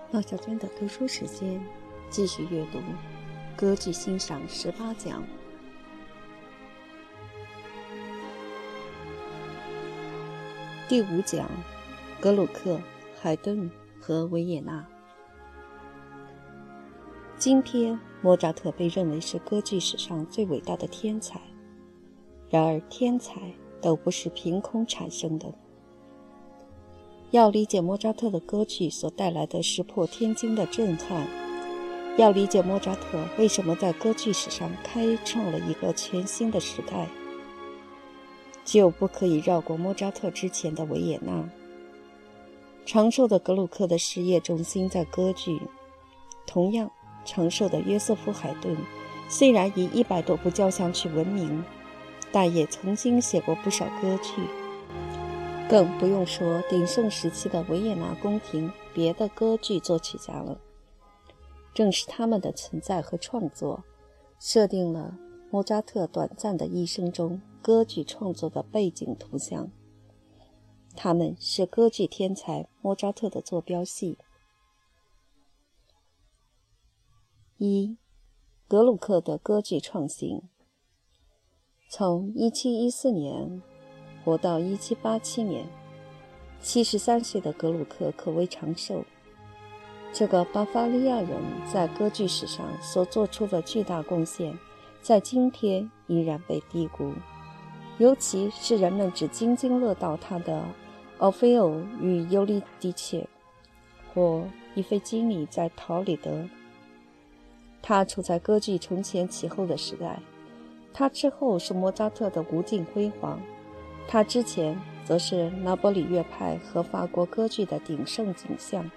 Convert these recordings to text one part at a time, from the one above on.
骆小娟的读书时间，继续阅读歌剧欣赏18讲。第5讲，格鲁克、海顿和维也纳。今天莫扎特被认为是歌剧史上最伟大的天才，然而天才都不是凭空产生的。要理解莫扎特的歌剧所带来的石破天惊的震撼，要理解莫扎特为什么在歌剧史上开创了一个全新的时代，就不可以绕过莫扎特之前的维也纳。长寿的格鲁克的事业重心在歌剧，同样长寿的约瑟夫·海顿虽然以100多部交响曲闻名，但也曾经写过不少歌剧，更不用说鼎盛时期的维也纳宫廷别的歌剧作曲家了。正是他们的存在和创作，设定了莫扎特短暂的一生中歌剧创作的背景图像。他们是歌剧天才莫扎特的坐标系。1. 格鲁克的歌剧创新。从1714年活到1787年，73岁的格鲁克可谓长寿。这个巴伐利亚人在歌剧史上所做出的巨大贡献，在今天依然被低估，尤其是人们只津津乐道他的奥菲欧与尤利迪切或伊菲基尼在陶里德。他处在歌剧承前启后的时代，他之后是莫扎特的无尽辉煌，他之前则是拿波里乐派和法国歌剧的鼎盛景象。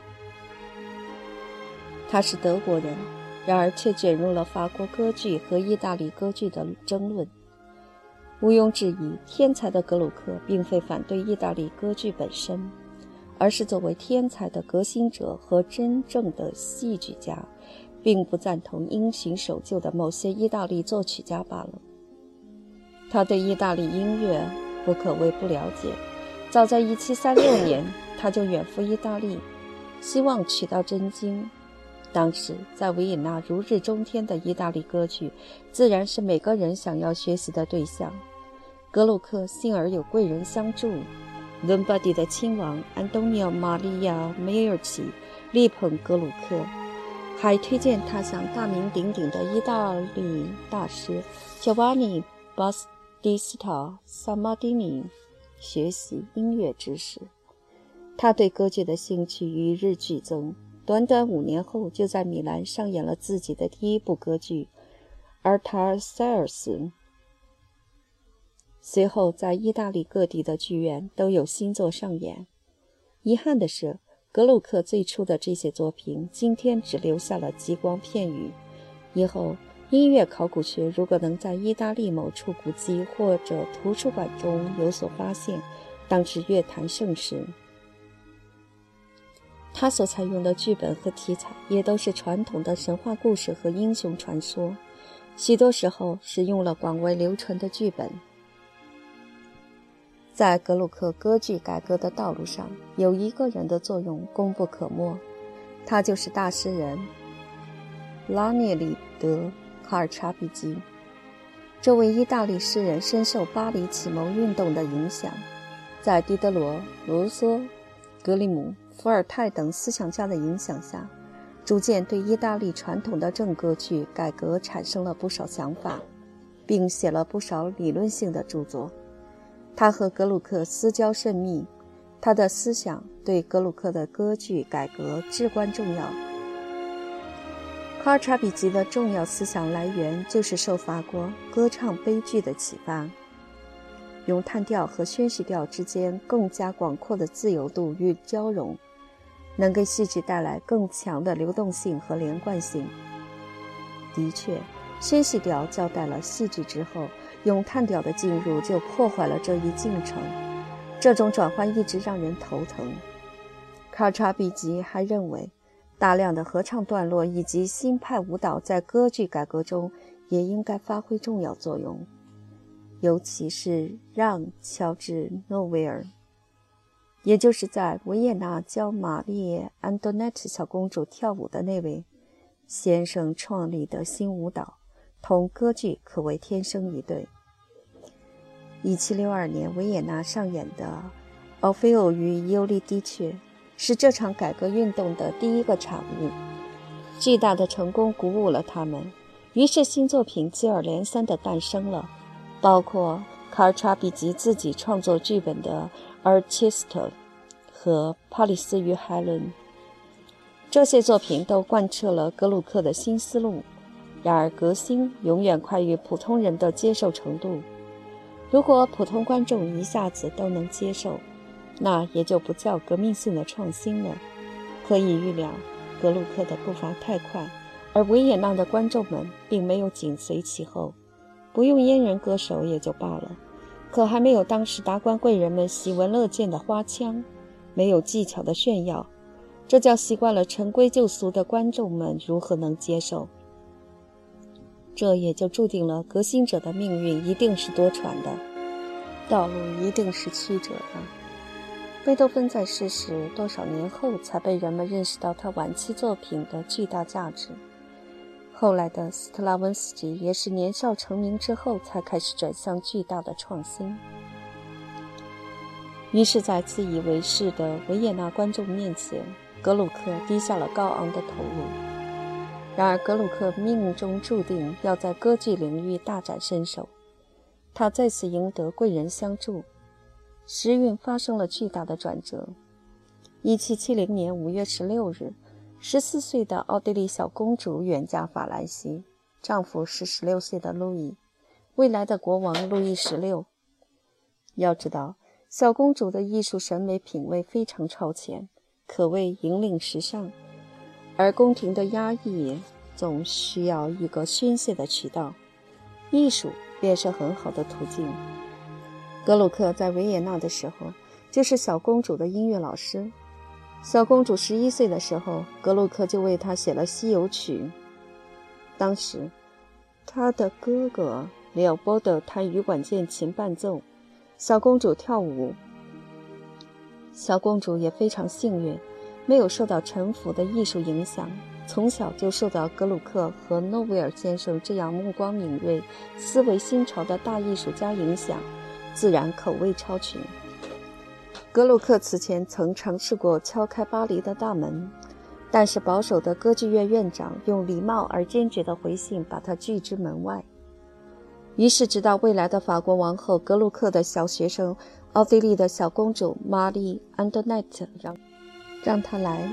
他是德国人，然而却卷入了法国歌剧和意大利歌剧的争论。毋庸置疑，天才的格鲁克并非反对意大利歌剧本身，而是作为天才的革新者和真正的戏剧家，并不赞同因循守旧的某些意大利作曲家罢了。他对意大利音乐不可谓不了解，早在1736年他就远赴意大利，希望取到真经。当时在维也纳如日中天的意大利歌剧，自然是每个人想要学习的对象。格鲁克幸而有贵人相助，伦巴第的亲王安东尼奥·玛利亚·梅尔奇力捧格鲁克，还推荐他向大名鼎鼎的意大利大师乔瓦尼·巴斯蒂斯塔·萨马蒂尼学习音乐知识。他对歌剧的兴趣与日俱增，短短5年后就在米兰上演了自己的第1部歌剧《阿尔塔塞尔斯》。随后在意大利各地的剧院都有新作上演。遗憾的是，格鲁克最初的这些作品今天只留下了极光片语。以后音乐考古学如果能在意大利某处古迹或者图书馆中有所发现，当是乐坛盛事。他所采用的剧本和题材也都是传统的神话故事和英雄传说，许多时候使用了广为流传的剧本。在格鲁克歌剧改革的道路上，有一个人的作用功不可没，他就是大诗人拉涅里德·卡尔查比基。这位意大利诗人深受巴黎启蒙运动的影响，在狄德罗、卢梭、格里姆、伏尔泰等思想家的影响下，逐渐对意大利传统的正歌剧改革产生了不少想法，并写了不少理论性的著作。他和格鲁克私交甚密，他的思想对格鲁克的歌剧改革至关重要。卡尔查比基的重要思想来源就是受法国歌唱悲剧的启发，咏叹调和宣叙调之间更加广阔的自由度与交融，能给戏剧带来更强的流动性和连贯性。的确，宣叙调交代了戏剧之后，咏叹调的进入就破坏了这一进程，这种转换一直让人头疼。卡尔查比基还认为，大量的合唱段落以及新派舞蹈在歌剧改革中也应该发挥重要作用，尤其是让·乔治·诺维尔也就是在维也纳教玛丽安多奈特小公主跳舞的那位先生创立的新舞蹈，同歌剧可谓天生一对。1762年维也纳上演的《奥菲欧与尤利狄雀》是这场改革运动的第一个产物，巨大的成功鼓舞了他们，于是新作品接二连三地诞生了，包括卡尔查比吉自己创作剧本的《阿尔切斯特》和《帕里斯与海伦》。这些作品都贯彻了格鲁克的新思路，然而革新永远快于普通人的接受程度。如果普通观众一下子都能接受，那也就不叫革命性的创新了。可以预料，格鲁克的步伐太快，而维也纳的观众们并没有紧随其后。不用阉人歌手也就罢了，可还没有当时达官贵人们喜闻乐见的花腔，没有技巧的炫耀，这叫习惯了陈规旧俗的观众们如何能接受？这也就注定了革新者的命运一定是多舛的，道路一定是曲折的。贝多芬在世时多少年后才被人们认识到他晚期作品的巨大价值，后来的斯特拉文斯基也是年少成名之后才开始转向巨大的创新。于是在自以为是的维也纳观众面前，格鲁克低下了高昂的头颅。然而格鲁克命中注定要在歌剧领域大展身手，他再次赢得贵人相助，时运发生了巨大的转折。1770年5月16日，14岁的奥地利小公主远嫁法兰西，丈夫是16岁的路易，未来的国王路易16。要知道，小公主的艺术审美品味非常超前，可谓引领时尚，而宫廷的压抑总需要一个宣泄的渠道，艺术便是很好的途径。格鲁克在维也纳的时候就是小公主的音乐老师。小公主11岁的时候，格鲁克就为她写了西游曲。当时她的哥哥里奥波德弹羽管键琴伴奏，小公主跳舞。小公主也非常幸运，没有受到陈腐的艺术影响，从小就受到格鲁克和诺维尔先生这样目光敏锐、思维新潮的大艺术家影响，自然口味超群。格鲁克此前曾尝试过敲开巴黎的大门，但是保守的歌剧院院长用礼貌而坚决的回信把他拒之门外。于是直到未来的法国王后格鲁克的小学生奥地利的小公主玛丽安多奈特让他来，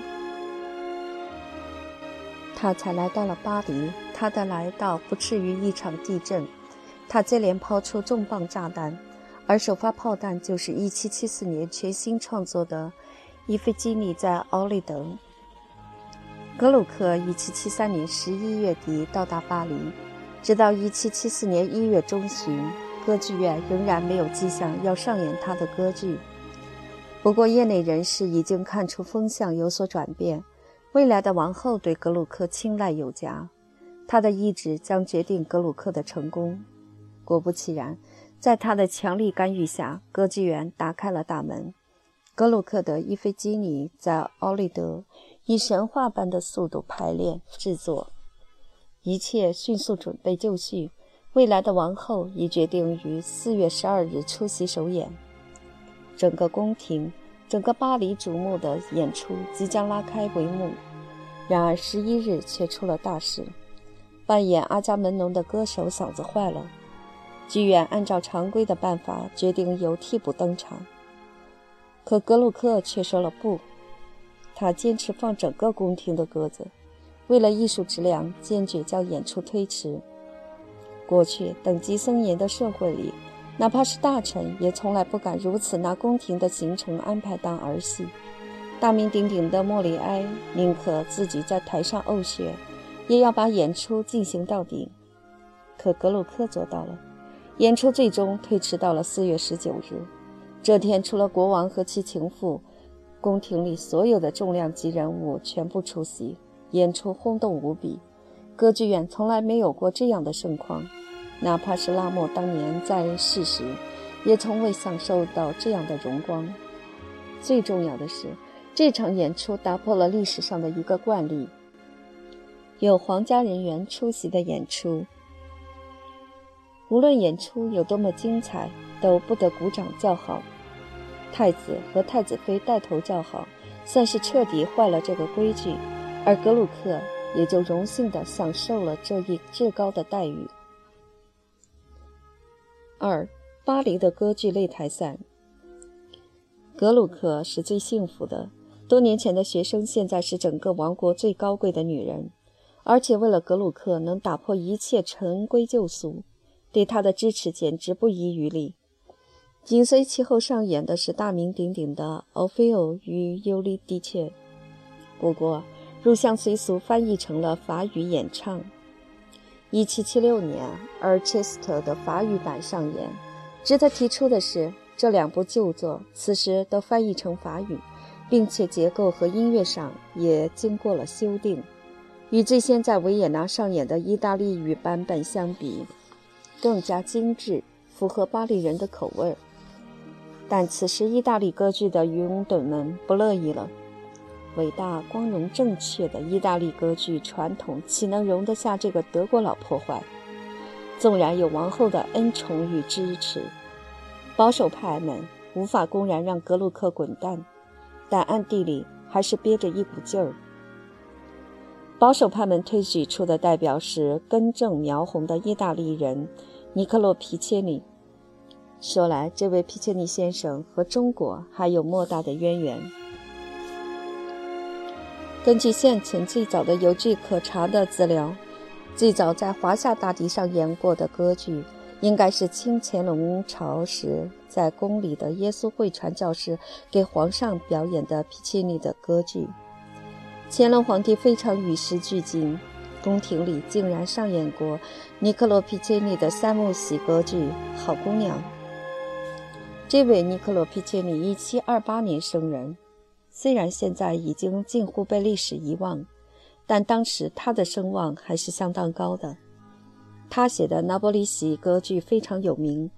他才来到了巴黎。他的来到不至于一场地震，他接连抛出重磅炸弹，而首发炮弹就是1774年全新创作的伊菲基尼在奥利德。格鲁克1773年11月底到达巴黎，直到1774年1月中旬，歌剧院仍然没有迹象要上演他的歌剧。不过业内人士已经看出风向有所转变，未来的王后对格鲁克青睐有加，她的意志将决定格鲁克的成功。果不其然，在他的强力干预下，歌剧院打开了大门。格鲁克的伊菲基尼在奥利德以神话般的速度排练制作，一切迅速准备就绪。未来的王后已决定于4月12日出席首演。整个宫廷、整个巴黎瞩目的演出即将拉开帷幕。然而11日却出了大事，扮演阿伽门农的歌手嗓子坏了。剧院按照常规的办法决定由替补登场，可格鲁克却说了不，他坚持放整个宫廷的鸽子，为了艺术质量，坚决将演出推迟。过去等级森严的社会里，哪怕是大臣也从来不敢如此拿宫廷的行程安排当儿戏。大名鼎鼎的莫里埃宁可自己在台上呕血，也要把演出进行到底。可格鲁克做到了，演出最终推迟到了4月19日。这天除了国王和其情妇，宫廷里所有的重量级人物全部出席，演出轰动无比。歌剧院从来没有过这样的盛况，哪怕是拉莫当年在世时，也从未享受到这样的荣光。 最重要的是，这场演出打破了历史上的一个惯例，有皇家人员出席的演出。无论演出有多么精彩，都不得鼓掌叫好。太子和太子妃带头叫好，算是彻底坏了这个规矩，而格鲁克也就荣幸地享受了这一至高的待遇。2. 巴黎的歌剧擂台赛。格鲁克是最幸福的，多年前的学生现在是整个王国最高贵的女人，而且为了格鲁克能打破一切陈规旧俗，对他的支持简直不遗余力。紧随其后上演的是大名鼎鼎的奥菲欧与尤利狄切，不过入乡随俗翻译成了法语演唱。1776年尔切斯特的法语版上演。值得提出的是，这两部旧作此时都翻译成法语，并且结构和音乐上也经过了修订，与最先在维也纳上演的意大利语版本相比，更加精致，符合巴黎人的口味。但此时意大利歌剧的拥趸们不乐意了，伟大、光荣、正确的意大利歌剧传统岂能容得下这个德国佬破坏？纵然有王后的恩宠与支持，保守派们无法公然让格鲁克滚蛋，但暗地里还是憋着一股劲儿。保守派们推举出的代表是根正苗红的意大利人尼科洛·皮切尼。说来，这位皮切尼先生和中国还有莫大的渊源。根据现存最早的有据可查的资料，最早在华夏大地上演过的歌剧，应该是清乾隆朝时在宫里的耶稣会传教士给皇上表演的皮切尼的歌剧。乾隆皇帝非常与时俱进，宫廷里竟然上演过尼科罗·皮切尼的三幕喜歌剧《好姑娘》。这位尼科罗·皮切尼1728年生人，虽然现在已经近乎被历史遗忘，但当时他的声望还是相当高的。他写的拿波里喜歌剧非常有名。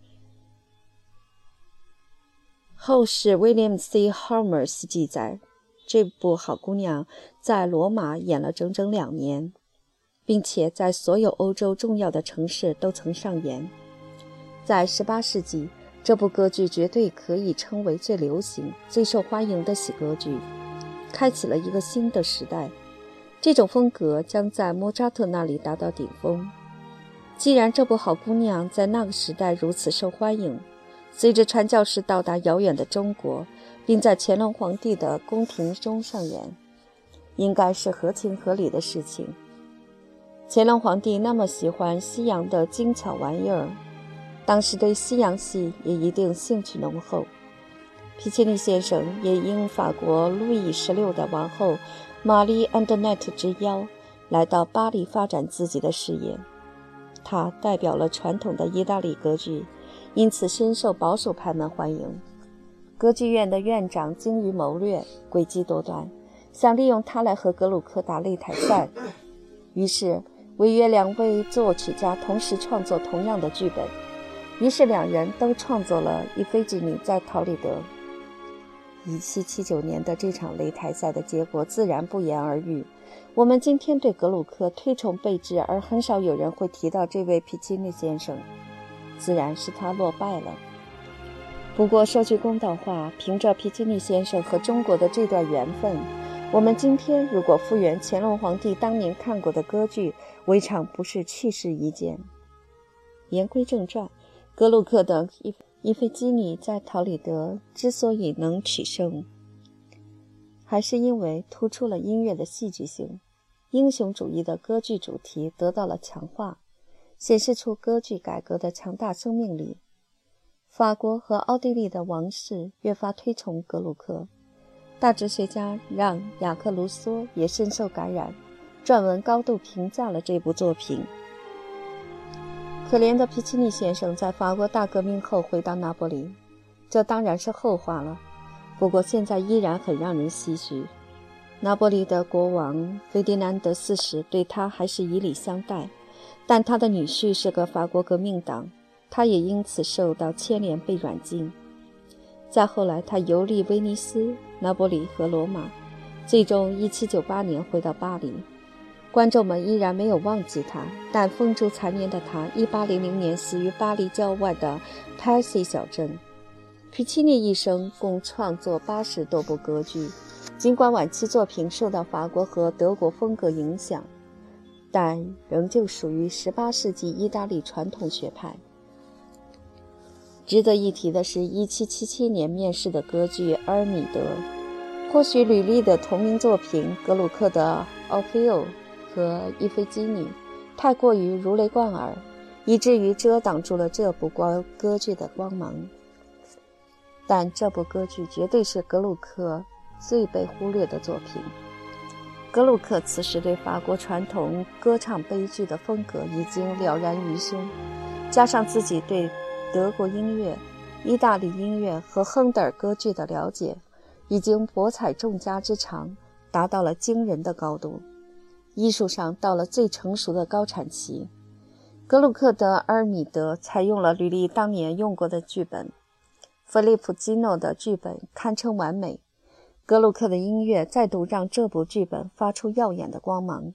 后世 William C. Harmers 记载，这部《好姑娘》在罗马演了整整2年，并且在所有欧洲重要的城市都曾上演。在18世纪，这部歌剧绝对可以称为最流行、最受欢迎的喜歌剧，开启了一个新的时代。这种风格将在莫扎特那里达到顶峰。既然这部《好姑娘》在那个时代如此受欢迎，随着传教士到达遥远的中国，并在乾隆皇帝的宫廷中上演，应该是合情合理的事情。乾隆皇帝那么喜欢西洋的精巧玩意儿，当时对西洋戏也一定兴趣浓厚。皮切尼先生也应法国路易16的王后玛丽·安多奈特之邀，来到巴黎发展自己的事业。他代表了传统的意大利歌剧，因此深受保守派们欢迎。歌剧院的院长精于谋略，诡计多端，想利用他来和格鲁克打擂台赛。于是违约2位作曲家同时创作同样的剧本，于是2人都创作了伊菲吉尼在陶里德。1779年的这场擂台赛的结果自然不言而喻。我们今天对格鲁克推崇备至，而很少有人会提到这位皮切尼先生，自然是他落败了。不过说句公道话，凭着皮切尼先生和中国的这段缘分，我们今天如果复原乾隆皇帝当年看过的歌剧，未尝不是趣事一件。言归正传，格鲁克的伊菲基尼在陶里德之所以能取胜，还是因为突出了音乐的戏剧性，英雄主义的歌剧主题得到了强化，显示出歌剧改革的强大生命力。法国和奥地利的王室越发推崇格鲁克，大哲学家让·雅克·卢梭也深受感染，撰文高度评价了这部作品。可怜的皮切尼先生在法国大革命后回到拿波里，这当然是后话了，不过现在依然很让人唏嘘。拿波里的国王菲迪南德4世对他还是以礼相待，但他的女婿是个法国革命党，他也因此受到牵连被软禁。 再后来他游历威尼斯、拿波里和罗马，最终1798年回到巴黎。观众们依然没有忘记他，但风烛残年的他1800年死于巴黎郊外的 Passy 小镇。皮契尼一生共创作80多部歌剧，尽管晚期作品受到法国和德国风格影响，但仍旧属于18世纪意大利传统学派。值得一提的是1777年面世的歌剧《阿尔米德》，或许吕利的同名作品格鲁克的《奥菲欧》和《伊菲基尼》太过于如雷贯耳，以至于遮挡住了这部歌剧的光芒。但这部歌剧绝对是格鲁克最被忽略的作品。格鲁克此时对法国传统歌唱悲剧的风格已经了然于胸，加上自己对德国音乐、意大利音乐和亨德尔歌剧的了解，已经博采众家之长，达到了惊人的高度，艺术上到了最成熟的高产期。格鲁克的阿尔米德采用了吕利当年用过的剧本，菲利普·基诺的剧本堪称完美，格鲁克的音乐再度让这部剧本发出耀眼的光芒。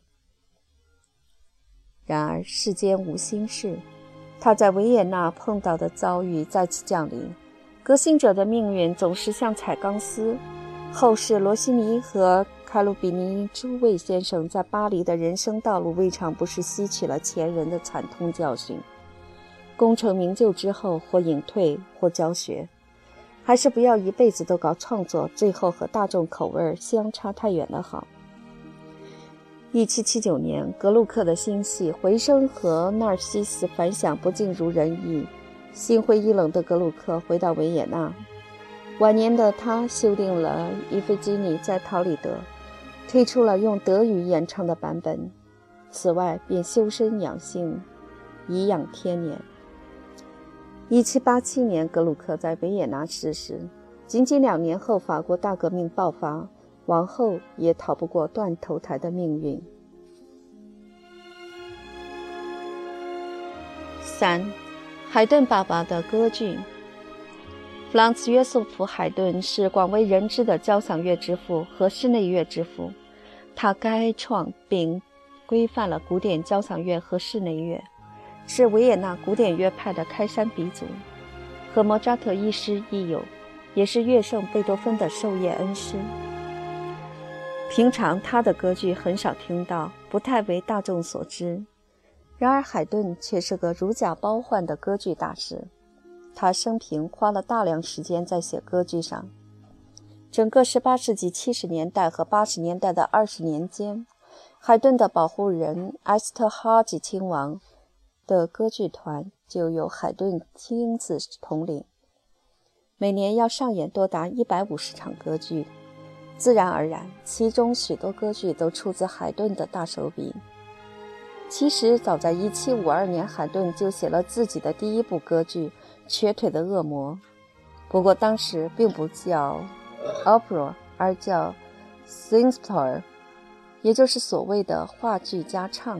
然而世间无新事，他在维也纳碰到的遭遇再次降临。革新者的命运总是像踩钢丝，后世罗西尼和卡鲁比尼诸位先生在巴黎的人生道路未尝不是吸取了前人的惨痛教训，功成名就之后或隐退或教学，还是不要一辈子都搞创作，最后和大众口味相差太远的好。1779年，格鲁克的新戏《回声》和《纳尔西斯》反响不尽如人意，心灰意冷的格鲁克回到维也纳。晚年的他修订了伊菲基尼在陶里德，推出了用德语演唱的版本，此外便修身养性，颐养天年。1787年，格鲁克在维也纳逝世，仅仅2年后法国大革命爆发，王后也逃不过断头台的命运。3. 海顿爸爸的歌剧。弗朗茨·约瑟夫·海顿是广为人知的交响乐之父和室内乐之父，他开创并规范了古典交响乐和室内乐，是维也纳古典乐派的开山鼻祖，和莫扎特亦师亦友，也是乐圣贝多芬的授业恩师。平常他的歌剧很少听到，不太为大众所知，然而海顿却是个如假包换的歌剧大师。他生平花了大量时间在写歌剧上，整个18世纪70年代和80年代的20年间，海顿的保护人埃斯特哈吉亲王的歌剧团就由海顿亲自统领，每年要上演多达150场歌剧，自然而然，其中许多歌剧都出自海顿的大手笔。其实早在1752年，海顿就写了自己的第一部歌剧《瘸腿的恶魔》，不过当时并不叫 opera， 而叫 singspiel， 也就是所谓的话剧加唱。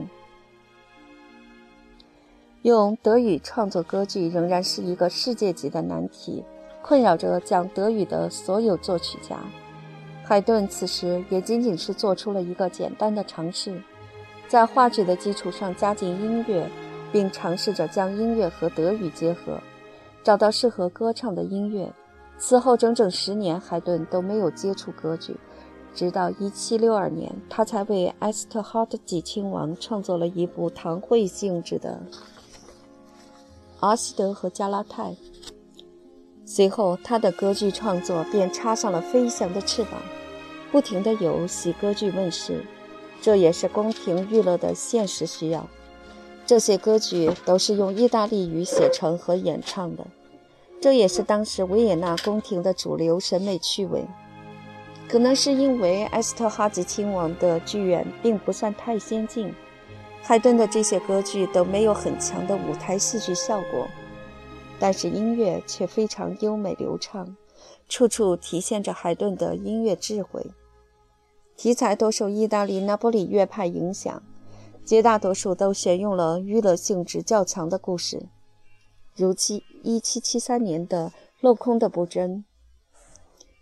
用德语创作歌剧仍然是一个世界级的难题，困扰着讲德语的所有作曲家。海顿此时也仅仅是做出了一个简单的尝试，在话剧的基础上加进音乐，并尝试着将音乐和德语结合，找到适合歌唱的音乐。此后整整10年，海顿都没有接触歌剧，直到1762年，他才为埃斯特哈特吉亲王创作了一部堂会性质的《阿西德和加拉泰》。随后他的歌剧创作便插上了飞翔的翅膀，不停地有喜歌剧问世，这也是宫廷娱乐的现实需要。这些歌剧都是用意大利语写成和演唱的，这也是当时维也纳宫廷的主流审美趣味。可能是因为埃斯特哈吉亲王的剧院并不算太先进，海顿的这些歌剧都没有很强的舞台戏剧效果，但是音乐却非常优美流畅，处处体现着海顿的音乐智慧。题材都受意大利拿波里乐派影响，绝大多数都选用了娱乐性质较强的故事，如1773年的《镂空的不真》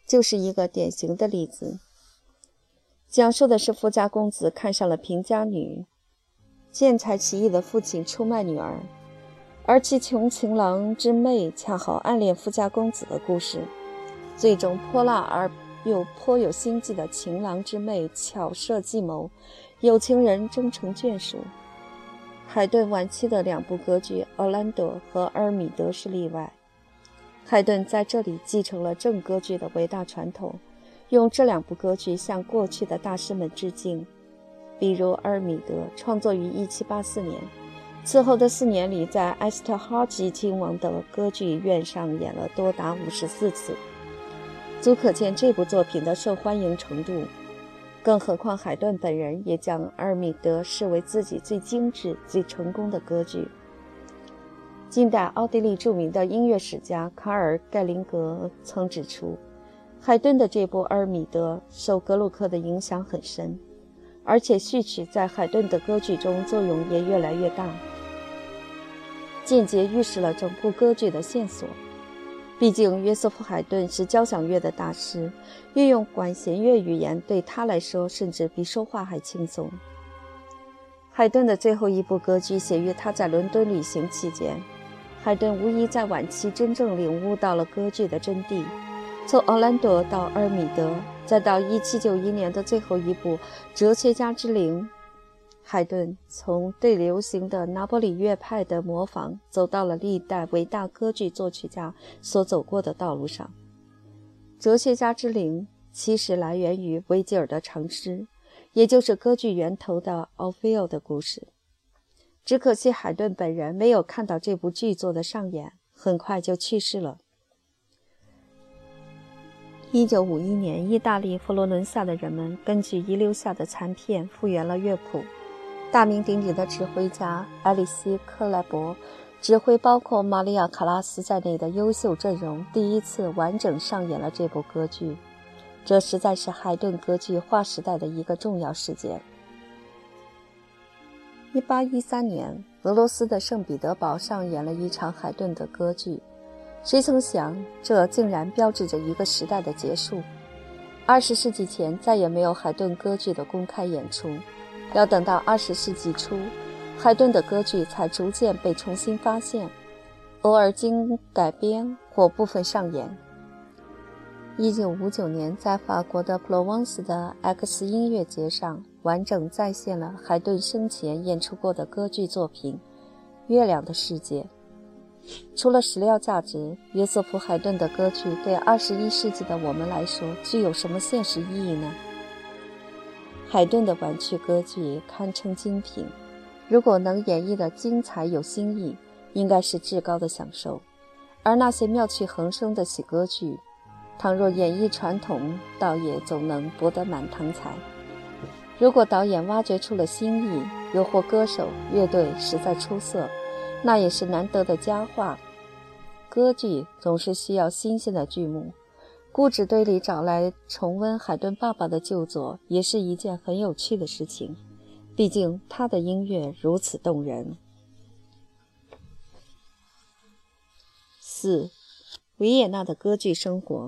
就是一个典型的例子。讲述的是富家公子看上了贫家女，见财起意的父亲出卖女儿，而其穷情郎之妹恰好暗恋富家公子的故事。最终泼辣而又颇有心计的情郎之妹巧设计谋，有情人终成眷属。海顿晚期的2部歌剧《奥兰多》和《阿尔米德》是例外。海顿在这里继承了正歌剧的伟大传统，用这2部歌剧向过去的大师们致敬。比如《阿尔米德》创作于1784年，此后的4年里，在埃斯特哈吉亲王的歌剧院上演了多达54次，足可见这部作品的受欢迎程度。更何况海顿本人也将《阿尔米德》视为自己最精致、最成功的歌剧。近代奥地利著名的音乐史家卡尔·盖林格曾指出，海顿的这部《阿尔米德》受格鲁克的影响很深，而且序曲在海顿的歌剧中作用也越来越大，间接预示了整部歌剧的线索。毕竟约瑟夫·海顿是交响乐的大师，运用管弦乐语言对他来说甚至比说话还轻松。海顿的最后一部歌剧写于他在伦敦旅行期间，海顿无疑在晚期真正领悟到了歌剧的真谛。从奥兰多到阿尔米德，再到1791年的最后一部《哲学家之灵》，海顿从对流行的拿波里乐派的模仿，走到了历代伟大歌剧作曲家所走过的道路上。哲学家之灵其实来源于维吉尔的长诗，也就是歌剧源头的奥菲奥的故事。只可惜海顿本人没有看到这部剧作的上演，很快就去世了。1951年，意大利佛罗伦萨的人们根据遗留下的残片复原了乐谱。大名鼎鼎的指挥家埃里希·克莱伯指挥包括玛利亚·卡拉斯在内的优秀阵容，第一次完整上演了这部歌剧。这实在是海顿歌剧划时代的一个重要事件。1813年，俄罗斯的圣彼得堡上演了一场海顿的歌剧，谁曾想这竟然标志着一个时代的结束。20世纪前再也没有海顿歌剧的公开演出，要等到20世纪初，海顿的歌剧才逐渐被重新发现，偶尔经改编或部分上演。1959年，在法国的普罗旺斯的 X 音乐节上，完整再现了海顿生前演出过的歌剧作品《月亮的世界》。除了史料价值，约瑟夫·海顿的歌剧对21世纪的我们来说具有什么现实意义呢？海顿的玩趣歌剧堪称精品，如果能演绎的精彩有新意，应该是至高的享受。而那些妙趣横生的喜歌剧，倘若演绎传统，倒也总能博得满堂彩。如果导演挖掘出了新意，又或歌手、乐队实在出色，那也是难得的佳话。歌剧总是需要新鲜的剧目，故纸堆里找来重温海顿爸爸的旧作，也是一件很有趣的事情。毕竟他的音乐如此动人。4. 维也纳的歌剧生活。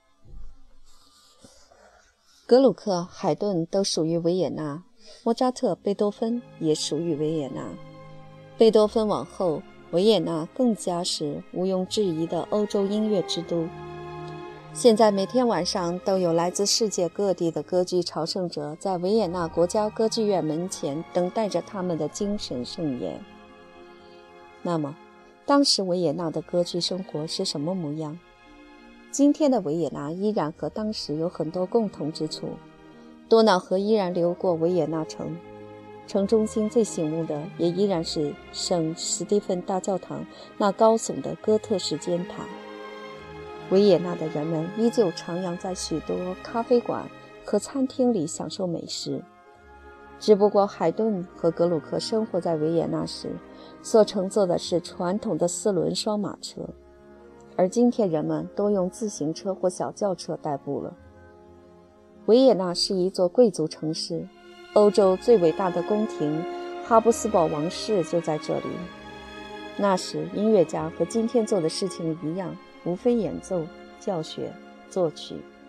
格鲁克、海顿都属于维也纳，莫扎特、贝多芬也属于维也纳。贝多芬往后，维也纳更加是毋庸置疑的欧洲音乐之都。现在每天晚上都有来自世界各地的歌剧朝圣者在维也纳国家歌剧院门前等待着他们的精神盛宴。那么，当时维也纳的歌剧生活是什么模样？今天的维也纳依然和当时有很多共同之处。多瑙河依然流过维也纳城，城中心最醒目的也依然是圣史蒂芬大教堂那高耸的哥特式尖塔。维也纳的人们依旧徜徉在许多咖啡馆和餐厅里享受美食，只不过海顿和格鲁克生活在维也纳时所乘坐的是传统的4轮双马车，而今天人们都用自行车或小轿车代步了。维也纳是一座贵族城市，欧洲最伟大的宫廷哈布斯堡王室就在这里。那时音乐家和今天做的事情一样，无非演奏、教学、作曲、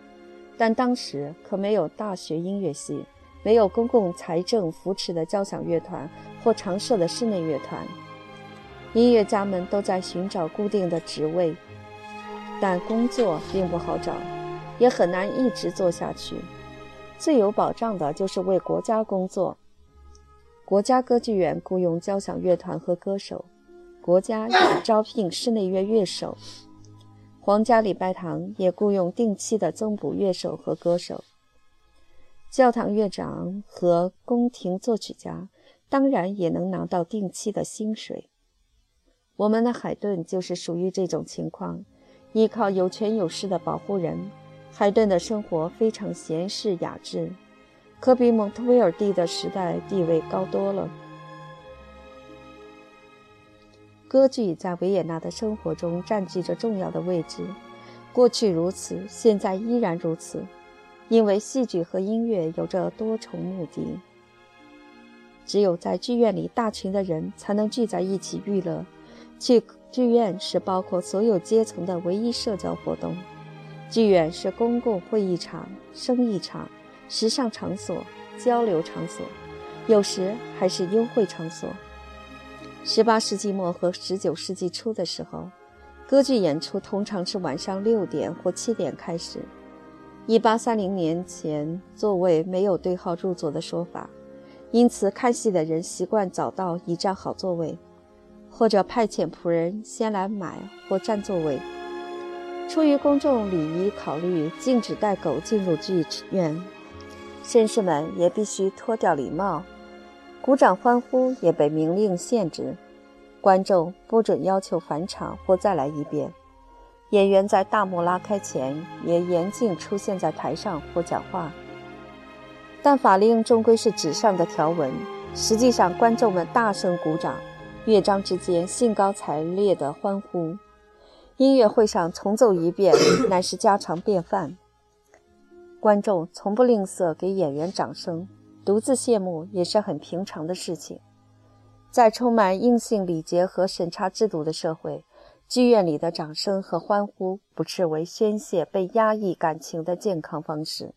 但当时可没有大学音乐系，没有公共财政扶持的交响乐团或常设的室内乐团。音乐家们都在寻找固定的职位，但工作并不好找，也很难一直做下去。最有保障的就是为国家工作。国家歌剧院雇佣交响乐团和歌手，国家也招聘室内乐乐手，皇家礼拜堂也雇佣定期的增补乐手和歌手。教堂乐长和宫廷作曲家当然也能拿到定期的薪水。我们的海顿就是属于这种情况，依靠有权有势的保护人，海顿的生活非常闲适雅致，可比蒙特威尔第的时代地位高多了。歌剧在维也纳的生活中占据着重要的位置，过去如此，现在依然如此，因为戏剧和音乐有着多重目的。只有在剧院里，大群的人才能聚在一起娱乐。去剧院是包括所有阶层的唯一社交活动。剧院是公共会议场、生意场、时尚场所、交流场所，有时还是幽会场所。18世纪末和19世纪初的时候，歌剧演出通常是晚上6点或7点开始。1830年前，座位没有对号入座的说法，因此看戏的人习惯早到以占好座位，或者派遣仆人先来买或占座位。出于公众礼仪考虑，禁止带狗进入剧院，绅士们也必须脱掉礼帽，鼓掌欢呼也被明令限制，观众不准要求返场或再来一遍。演员在大幕拉开前也严禁出现在台上或讲话。但法令终归是纸上的条文，实际上观众们大声鼓掌，乐章之间兴高采烈地欢呼。音乐会上重奏一遍乃是家常便饭，观众从不吝啬给演员掌声，独自谢幕也是很平常的事情。在充满硬性礼节和审查制度的社会，剧院里的掌声和欢呼不视为宣泄被压抑感情的健康方式。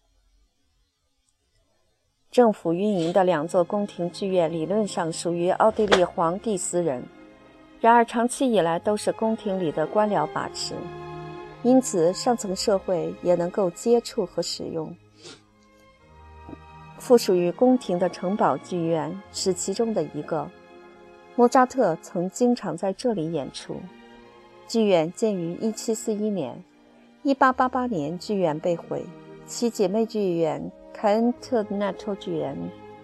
政府运营的2座宫廷剧院理论上属于奥地利皇帝私人，然而长期以来都是宫廷里的官僚把持，因此上层社会也能够接触和使用。附属于宫廷的城堡剧院是其中的一个，莫扎特曾经常在这里演出。剧院建于1741年，1888年剧院被毁，其姐妹剧院凯恩特纳托剧院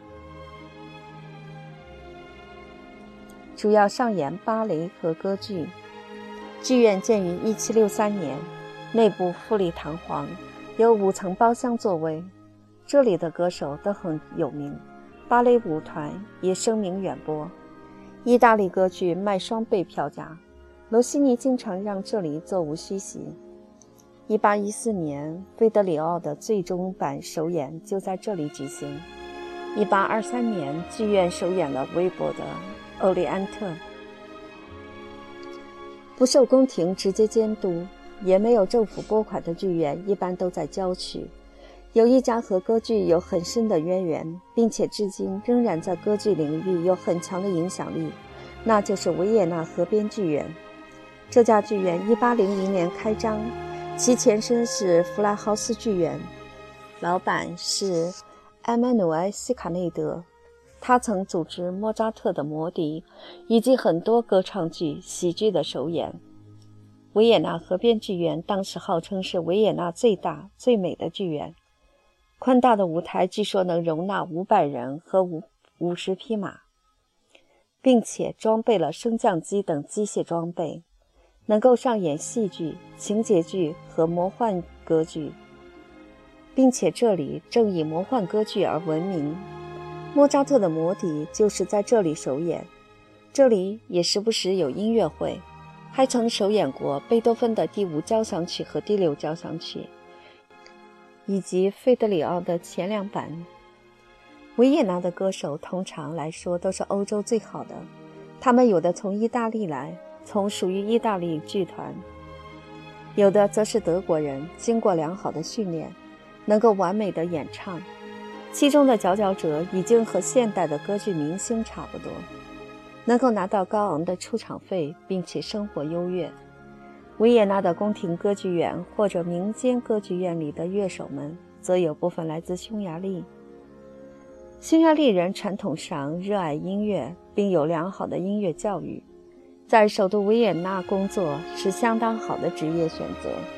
主要上演芭蕾和歌剧。剧院建于1763年，内部富丽堂皇，有5层包厢座位。这里的歌手都很有名，芭蕾舞团也声名远播。意大利歌剧卖双倍票价，罗西尼经常让这里座无虚席。1814年，费德里奥的最终版首演就在这里举行。1823年，剧院首演了韦伯的《欧利安特》。不受宫廷直接监督，也没有政府拨款的剧院一般都在郊区。有一家和歌剧有很深的渊源，并且至今仍然在歌剧领域有很强的影响力，那就是维也纳河边剧院。这家剧院1800年开张，其前身是弗拉豪斯剧院，老板是埃曼努埃·西卡内德，他曾组织莫扎特的《魔笛》以及很多歌唱剧、喜剧的首演。维也纳河边剧院当时号称是维也纳最大、最美的剧院，宽大的舞台据说能容纳500人和50匹马，并且装备了升降机等机械装备，能够上演戏剧、情节剧和魔幻歌剧，并且这里正以魔幻歌剧而闻名。莫扎特的《魔笛》就是在这里首演，这里也时不时有音乐会，还曾首演过贝多芬的第5交响曲和第6交响曲，以及费德里奥的前2版。维也纳的歌手通常来说都是欧洲最好的，他们有的从意大利来，从属于意大利剧团，有的则是德国人，经过良好的训练， 能够完美的演唱，其中的佼佼者已经和现代的歌剧明星差不多，能够拿到高昂的出场费，并且生活优越。维也纳的宫廷歌剧院或者民间歌剧院里的乐手们，则有部分来自匈牙利。匈牙利人传统上热爱音乐，并有良好的音乐教育，在首都维也纳工作是相当好的职业选择。